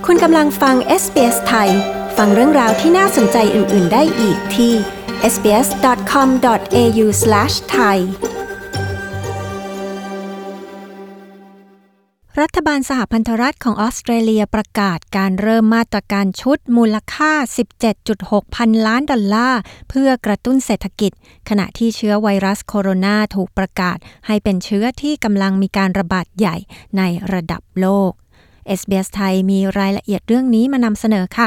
คุณกำลังฟัง SBS ไทยฟังเรื่องราวที่น่าสนใจอื่นๆได้อีกที่ sbs.com.au/thai รัฐบาลสหพันธรัฐของออสเตรเลียประกาศการเริ่มมาตรการชุดมูลค่า 17.6 พันล้านดอลลาร์เพื่อกระตุ้นเศรษฐกิจขณะที่เชื้อไวรัสโคโรนาถูกประกาศให้เป็นเชื้อที่กำลังมีการระบาดใหญ่ในระดับโลก SBS ไทยมีรายละเอียดเรื่องนี้มานำเสนอค่ะ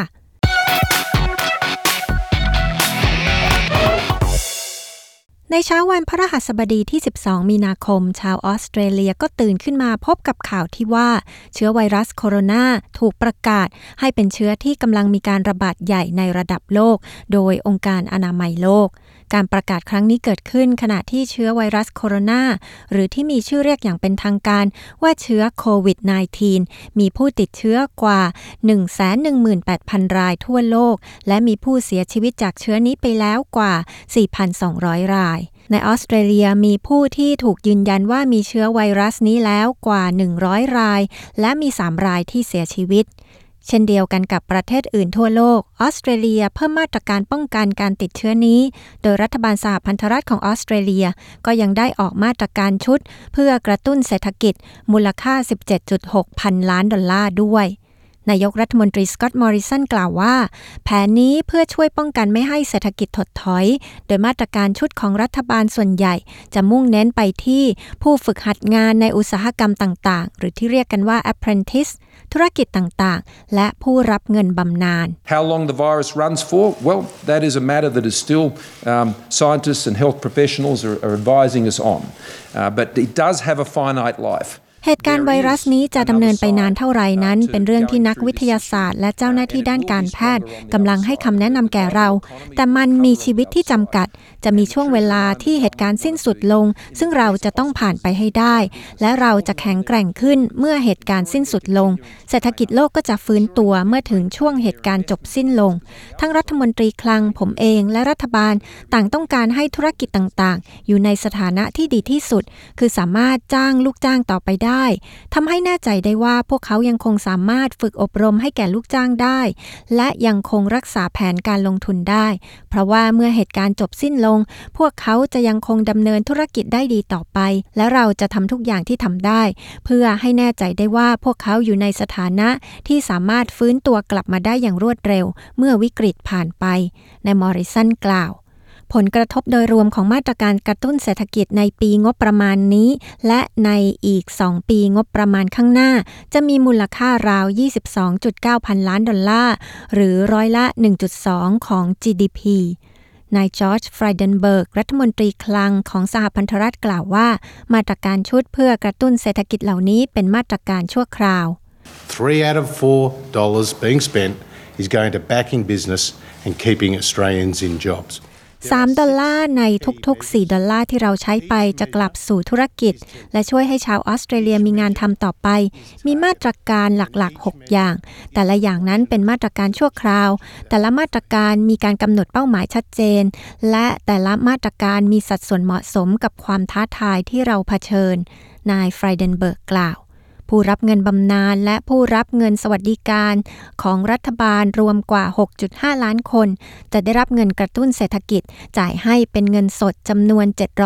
ในเช้าวันพฤหัสบดีที่ 12 มีนาคมชาวออสเตรเลียก็ตื่นขึ้นมาพบกับข่าวที่ว่าเชื้อไวรัสโคโรนาถูกประกาศให้เป็นเชื้อที่กำลังมีการระบาดใหญ่ในระดับโลกโดยองค์การอนามัยโลกการประกาศครั้งนี้เกิดขึ้นขณะที่เชื้อไวรัสโคโรนาหรือที่มีชื่อเรียกอย่างเป็นทางการว่าเชื้อโควิด -19 มีผู้ติดเชื้อกว่า 118,000 รายทั่วโลกและมีผู้เสียชีวิตจากเชื้อนี้ไปแล้วกว่า 4,200 รายในออสเตรเลียมีผู้ที่ถูกยืนยันว่ามีเชื้อไวรัสนี้แล้วกว่า 100 รายและมี 3 รายที่เสียชีวิตเช่นเดียวกันกับประเทศอื่นทั่วโลกออสเตรเลียเพิ่มมาตรการป้องกันการติดเชื้อนี้โดยรัฐบาลสหพันธรัฐของออสเตรเลียก็ยังได้ออกมาตรการชุดเพื่อกระตุ้นเศรษฐกิจมูลค่า 17.6 พันล้านดอลลาร์ด้วยนายกรัฐมนตรีสก็อตต์มอริสันกล่าวว่าแผนนี้เพื่อช่วยป้องกันไม่ให้เศรษฐกิจถดถอยโดยมาตรการชุดของรัฐบาลส่วนใหญ่จะมุ่งเน้นไปที่ผู้ฝึกหัดงานในอุตสาหกรรมต่างๆหรือที่เรียกกันว่า apprentice ธุรกิจต่างๆและผู้รับเงินบำนาญ How long the virus runs for? Well, that is a matter that is still scientists and health professionals are advising us on. But it does have a finite life. เหตุการณ์ไวรัสนี้จะดำเนินไปนานเท่าไหร่นั้นเป็นเรื่องที่นักวิทยาศาสตร์และเจ้าหน้าที่ด้านการแพทย์กำลังให้คำแนะนำแก่เราแต่มันมีชีวิตที่จำกัดจะมีช่วงเวลาที่เหตุการณ์สิ้นสุดลงซึ่งเราจะต้องผ่านไปให้ได้และเราจะแข็งแกร่งขึ้นเมื่อเหตุการณ์สิ้นสุดลงเศรษฐกิจโลกก็จะฟื้นตัวเมื่อถึงช่วงเหตุการณ์จบสิ้นลงทั้งรัฐมนตรีคลังผมเองและรัฐบาลต่างต้องการให้ธุรกิจต่างๆอยู่ในสถานะที่ดีที่สุดคือสามารถจ้างลูกจ้างต่อไปได้ทำให้แน่ใจได้ว่าพวกเขายังคงสามารถฝึกอบรมให้แก่ลูกจ้างได้และยังคงรักษาแผนการลงทุนได้เพราะว่าเมื่อเหตุการณ์จบสิ้นลงพวกเขาจะยังคงดำเนินธุรกิจได้ดีต่อไปและเราจะทำทุกอย่างที่ทำได้เพื่อให้แน่ใจได้ว่าพวกเขาอยู่ในสถานะที่สามารถฟื้นตัวกลับมาได้อย่างรวดเร็วเมื่อวิกฤตผ่านไปนายมอริสันกล่าวผลกระทบโดยรวมของมาตรการกระตุ้นเศรษฐกิจในปีงบประมาณนี้และในอีก2ปีงบประมาณข้างหน้าจะมีมูลค่าราว 22.9 พันล้านดอลลาร์หรือร้อยละ 1.2 ของ GDP นายจอร์จ ไฟเดนเบิร์กรัฐมนตรีคลังของสหพันธรัฐกล่าวว่ามาตรการชุดเพื่อกระตุ้นเศรษฐกิจเหล่านี้เป็นมาตรการชั่วคราว 3 out of $4 being spent is going to backing business and keeping Australians in jobs $3ในทุกๆ$4ที่เราใช้ไปจะกลับสู่ธุรกิจและช่วยให้ชาวออสเตรเลียมีงานทำต่อไปมีมาตรการหลักๆ6อย่างแต่ละอย่างนั้นเป็นมาตรการชั่วคราวแต่ละมาตรการมีการกำหนดเป้าหมายชัดเจนและแต่ละมาตรการมีสัดส่วนเหมาะสมกับความท้าทายที่เราเผชิญนายไฟเดนเบิร์กกล่าวผู้รับเงินบำนาญและผู้รับเงินสวัสดิการของรัฐบาลรวมกว่า 6.5 ล้านคนจะได้รับเงินกระตุ้นเศรษฐกิจจ่ายให้เป็นเงินสดจำนวน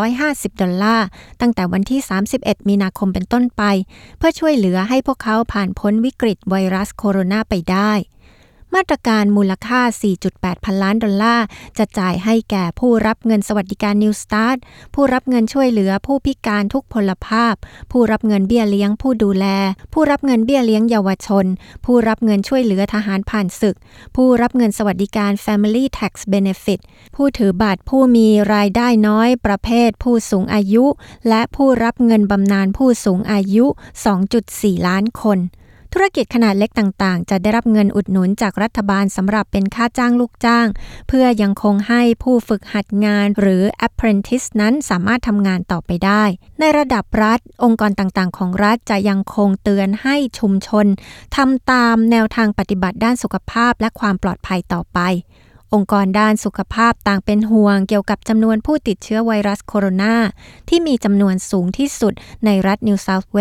$750ตั้งแต่วันที่31มีนาคมเป็นต้นไปเพื่อช่วยเหลือให้พวกเขาผ่านพ้นวิกฤตไวรัสโคโรนาไปได้มาตรการมูลค่า 4.8 พันล้านดอลลาร์จะจ่ายให้แก่ผู้รับเงินสวัสดิการ New Start ผู้รับเงินช่วยเหลือผู้พิการทุกพลภาพผู้รับเงินเบี้ยเลี้ยงผู้ดูแลผู้รับเงินเบี้ยเลี้ยงเยาวชนผู้รับเงินช่วยเหลือทหารผ่านศึกผู้รับเงินสวัสดิการ Family Tax Benefit ผู้ถือบัตรผู้มีรายได้น้อยประเภทผู้สูงอายุและผู้รับเงินบำนาญผู้สูงอายุ 2.4 ล้านคนธุรกิจขนาดเล็กต่างๆจะได้รับเงินอุดหนุนจากรัฐบาลสำหรับเป็นค่าจ้างลูกจ้างเพื่อยังคงให้ผู้ฝึกหัดงานหรือ apprentice นั้นสามารถทำงานต่อไปได้ในระดับรัฐองค์กรต่างๆของรัฐจะยังคงเตือนให้ชุมชนทำตามแนวทางปฏิบัติด้านสุขภาพและความปลอดภัยต่อไป องค์กรด้านสุขภาพต่างเป็นห่วงเกี่ยวกับจำนวนผู้ติดเชื้อไวรัสโคโรนาที่มีจำนวนสูงที่สุดในรัฐนิวเซาท์เวลส์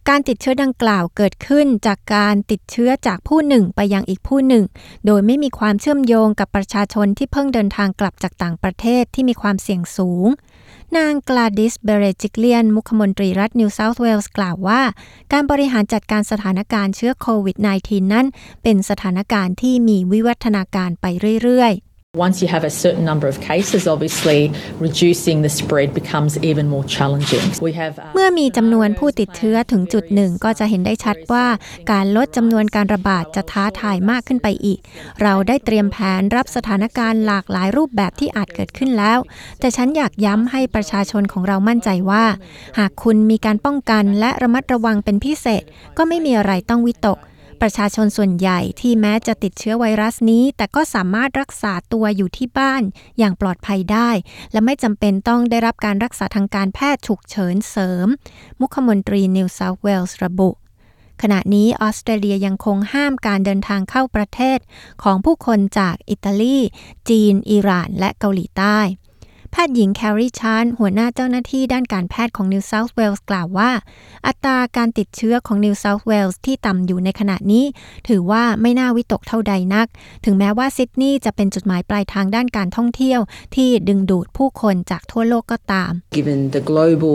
การติดเชื้อดังกล่าวเกิดขึ้นจากการติดเชื้อจากผู้หนึ่งไปยังอีกผู้หนึ่งโดยไม่มีความเชื่อมโยงกับประชาชนที่เพิ่งเดินทางกลับจากต่างประเทศที่มีความเสี่ยงสูงนางกลาดิสเบเรจิกเลียนมุขมนตรีรัฐนิวเซาท์เวลส์กล่าวว่าการบริหารจัดการสถานการณ์เชื้อโควิด -19 นั้นเป็นสถานการณ์ที่มีวิวัฒนาการไปเรื่อยๆ Once you have a certain number of cases, obviously reducing the spread becomes even more challenging. เมื่อมีจำนวนผู้ติดเชื้อถึงจุดหนึ่งก็จะเห็นได้ชัดว่าการลดจำนวนการระบาดจะท้าทายมากขึ้นไปอีกเราได้เตรียมแผนรับสถานการณ์หลากหลายรูปแบบที่อาจเกิดขึ้นแล้วแต่ฉันอยากย้ำให้ประชาชนของเรามั่นใจว่าหากคุณมีการป้องกันและระมัดระวังเป็นพิเศษก็ไม่มีอะไรต้องวิตกประชาชนส่วนใหญ่ที่แม้จะติดเชื้อไวรัสนี้แต่ก็สามารถรักษาตัวอยู่ที่บ้านอย่างปลอดภัยได้และไม่จำเป็นต้องได้รับการรักษาทางการแพทย์ฉุกเฉินเสริมมุขมนตรีนิวเซาท์เวลส์ระบุขณะนี้ออสเตรเลียยังคงห้ามการเดินทางเข้าประเทศของผู้คนจากอิตาลีจีนอิหร่านและเกาหลีใต้แพทย์หญิงแครีชานหัวหน้าเจ้าหน้าที่ด้านการแพทย์ของนิวเซาท์เวลส์กล่าวว่าอัตราการติดเชื้อของนิวเซาท์เวลส์ที่ต่ำอยู่ในขณะนี้ถือว่าไม่น่าวิตกเท่าใดนักถึงแม้ว่าซิดนีย์จะเป็นจุดหมายปลายทางด้านการท่องเที่ยวที่ดึงดูดผู้คนจากทั่วโลกก็ตาม Given the global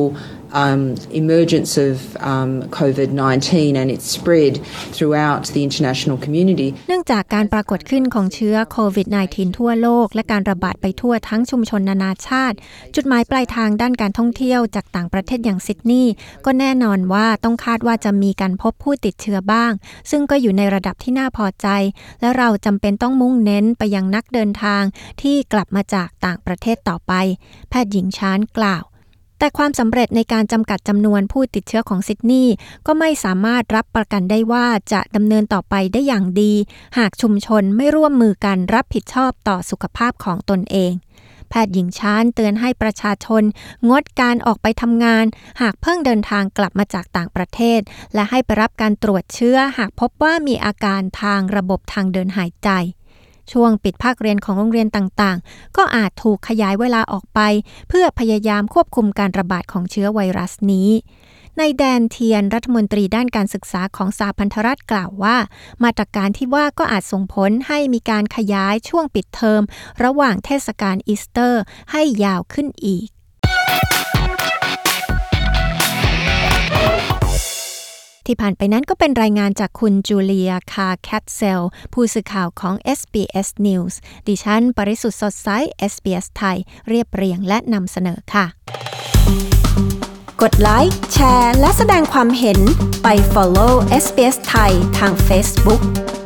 emergence of COVID-19 and its spread throughout the international community เนื่องจากการปรากฏขึ้นของเชื้อโควิด -19 ทั่วโลกและการระบาดไปทั่วทั้งชุมชนนานาชาติจุดหมายปลายทางด้านการท่องเที่ยวจากต่างประเทศอย่างซิดนีย์ก็แน่นอนว่าต้องคาดว่าจะมีการพบผู้ติดเชื้อบ้างซึ่งก็อยู่ในระดับที่น่าพอใจและเราจำเป็นต้องมุ่งเน้นไปยังนักเดินทางที่กลับมาจากต่างประเทศต่อไปแพทย์หญิงชานกล่าวแต่ความสำเร็จในการจำกัดจำนวนผู้ติดเชื้อของซิดนีย์ก็ไม่สามารถรับประกันได้ว่าจะดำเนินต่อไปได้อย่างดีหากชุมชนไม่ร่วมมือกันรับผิดชอบต่อสุขภาพของตนเองแพทย์หญิงชานเตือนให้ประชาชนงดการออกไปทำงานหากเพิ่งเดินทางกลับมาจากต่างประเทศและให้ไปรับการตรวจเชื้อหากพบว่ามีอาการทางระบบทางเดินหายใจช่วงปิดภาคเรียนของโรงเรียนต่างๆก็อาจถูกขยายเวลาออกไปเพื่อพยายามควบคุมการระบาดของเชื้อไวรัสนี้นายแดนเทียนรัฐมนตรีด้านการศึกษาของสหพันธรัฐกล่าวว่ามาตรการที่ว่าก็อาจส่งผลให้มีการขยายช่วงปิดเทอมระหว่างเทศกาลอีสเตอร์ให้ยาวขึ้นอีกที่ผ่านไปนั้นก็เป็นรายงานจากคุณจูเลียคาแคทเซลผู้สื่อข่าวของ SBS News ดิฉันปริสุทธิ์สดใส SBS ไทยเรียบเรียงและนำเสนอค่ะกดไลค์แชร์และแสดงความเห็นไป follow SBS ไทยทาง Facebook